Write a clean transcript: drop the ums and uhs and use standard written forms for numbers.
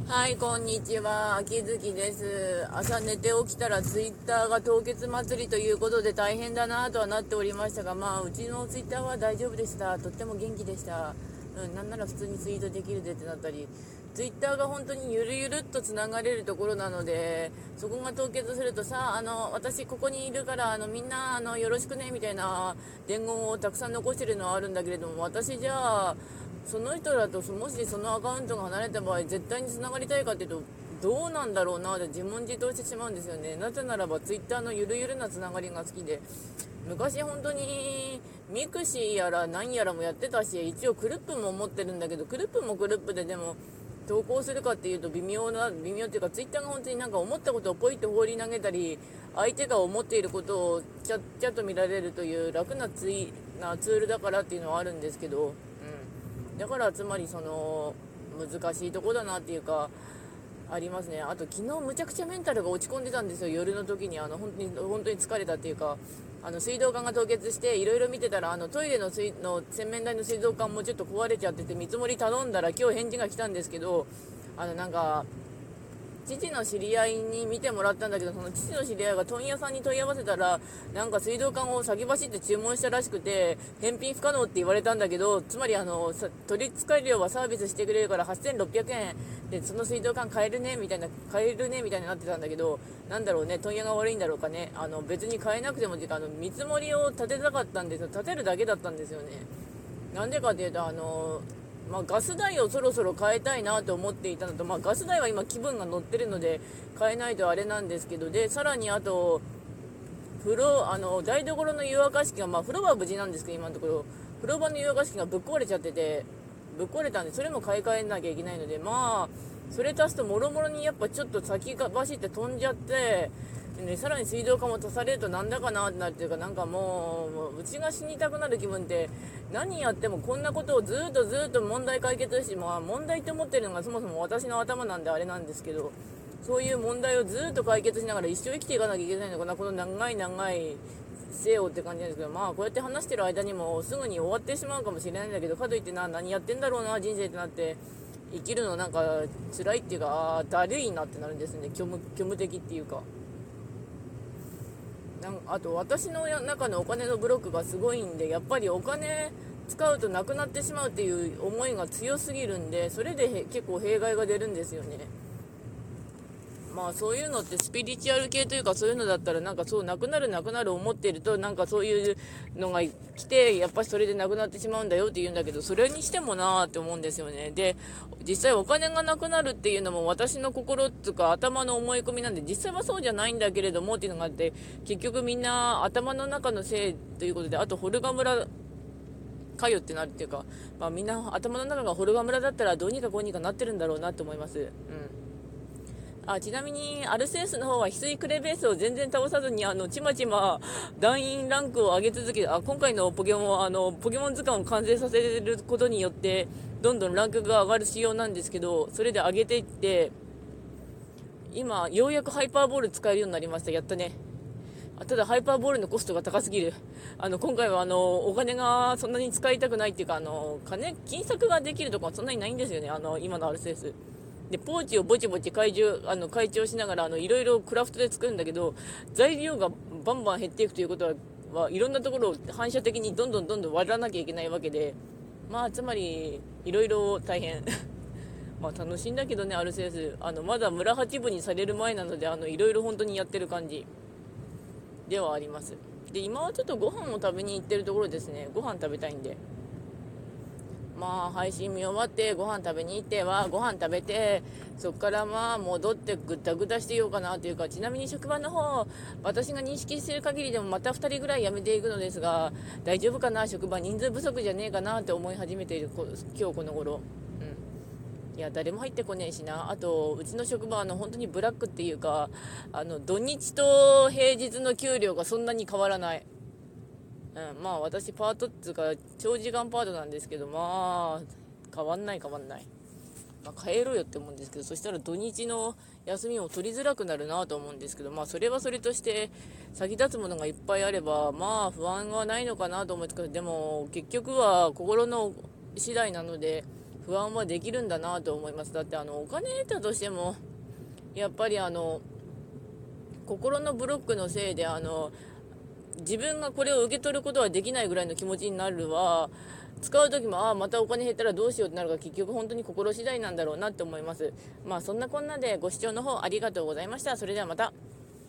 はい、こんにちは。秋月です。朝寝て起きたらツイッターが凍結祭りということで大変だなとはなっておりましたが、うちのツイッターは大丈夫でした。とっても元気でした。なんなら普通にツイートできるでってなったり、ツイッターが本当にゆるゆるっとつながれるところなので、そこが凍結するとさ、私ここにいるから、みんな、よろしくね、みたいな伝言をたくさん残してるのはあるんだけれども、私じゃあ、その人だともしそのアカウントが離れた場合絶対に繋がりたいかっていうとどうなんだろうなって自問自答してしまうんですよね。なぜならばツイッターのゆるゆるなつながりが好きで、昔本当にミクシーやら何やらもやってたし、一応クルップも持ってるんだけど、クルップもクルップででも投稿するかっていうと微妙っていうか、ツイッターが本当になんか思ったことをポイって放り投げたり、相手が思っていることをちゃっちゃと見られるという楽なツールだからっていうのはあるんですけど、だからつまりその難しいとこだなっていうかありますね。あと昨日むちゃくちゃメンタルが落ち込んでたんですよ。夜の時に本当に疲れたっていうか、水道管が凍結していろいろ見てたら、トイレの洗面台の水道管もちょっと壊れちゃってて、見積もり頼んだら今日返事が来たんですけど、なんか父の知り合いに見てもらったんだけど、その父の知り合いが問屋さんに問い合わせたら、なんか水道管を先走って注文したらしくて、返品不可能って言われたんだけど、つまり取り扱い料はサービスしてくれるから8600円で、その水道管買えるねみたいになってたんだけど、なんだろうね、問屋が悪いんだろうかね。別に買えなくてもっていうか、見積もりを立てたかったんですよ。立てるだけだったんですよね。なんでかっていうと、ガス代をそろそろ変えたいなと思っていたのと、ガス代は今気分が乗ってるので変えないとあれなんですけど、でさらにあと台所の湯沸かし器が、風呂は無事なんですけど、今のところ風呂場の湯沸かし器がぶっ壊れちゃってて、ぶっ壊れたんでそれも買い替えなきゃいけないので、それ足すともろもろにやっぱちょっと先が走って飛んじゃって、でさらに水道管も足されるとなんだかなってなるっていうか、なんかもううちが死にたくなる気分って、何やってもこんなことをずっと問題解決して、問題って思ってるのがそもそも私の頭なんであれなんですけど、そういう問題をずっと解決しながら一生生きていかなきゃいけないのかな、この長い生をって感じなんですけど、こうやって話してる間にもすぐに終わってしまうかもしれないんだけど、かといって何やってんだろうな人生ってなって、生きるのなんか辛いっていうか、だるいなってなるんですね。虚無的っていうか。あと私の中のお金のブロックがすごいんで、やっぱりお金使うとなくなってしまうっていう思いが強すぎるんで、それで結構弊害が出るんですよね。そういうのってスピリチュアル系というか、そういうのだったらなんかそうなくなる思ってると、なんかそういうのが来てやっぱりそれでなくなってしまうんだよって言うんだけど、それにしてもなーって思うんですよね。で実際お金がなくなるっていうのも私の心っていうか頭の思い込みなんで、実際はそうじゃないんだけれどもっていうのがあって、結局みんな頭の中のせいということで、あとホルガ村かよってなるっていうか、みんな頭の中がホルガ村だったらどうにかこうにかなってるんだろうなって思います。ちなみにアルセウスの方は翡翠クレベースを全然倒さずにちまちま団員ランクを上げ続け、今回のポケモンポケモン図鑑を完成させることによってどんどんランクが上がる仕様なんですけど、それで上げていって今ようやくハイパーボール使えるようになりました。やったね。ただハイパーボールのコストが高すぎる。今回はお金がそんなに使いたくないっていうか、金策ができるとこはそんなにないんですよね、今のアルセウスで。ポーチをぼちぼち改調しながらいろいろクラフトで作るんだけど、材料がバンバン減っていくということはいろんなところを反射的にどんどん割らなきゃいけないわけで、つまりいろいろ大変楽しいんだけどね、アルセウスまだ村八分にされる前なので、いろいろ本当にやってる感じではあります。で今はちょっとご飯を食べに行ってるところですね。ご飯食べたいんで、配信見終わってご飯食べに行ってはご飯食べて、そこから戻ってぐったぐたしていようかなというか。ちなみに職場の方、私が認識している限りでもまた2人ぐらい辞めていくのですが、大丈夫かな、職場人数不足じゃねえかなって思い始めている今日この頃。いや誰も入ってこねえしな。あとうちの職場は本当にブラックっていうか、土日と平日の給料がそんなに変わらない。私パートっていうか長時間パートなんですけど、変わんない。帰ろよって思うんですけど、そしたら土日の休みを取りづらくなるなと思うんですけど、それはそれとして先立つものがいっぱいあれば不安はないのかなと思うんですけど、でも結局は心の次第なので、 不安はできるんだなと思います。だってお金得たとしてもやっぱり心のブロックのせいで自分がこれを受け取ることはできないぐらいの気持ちになるわ。使う時もまたお金減ったらどうしようってなるから、結局本当に心次第なんだろうなって思います。まあそんなこんなでご視聴の方ありがとうございました。それではまた。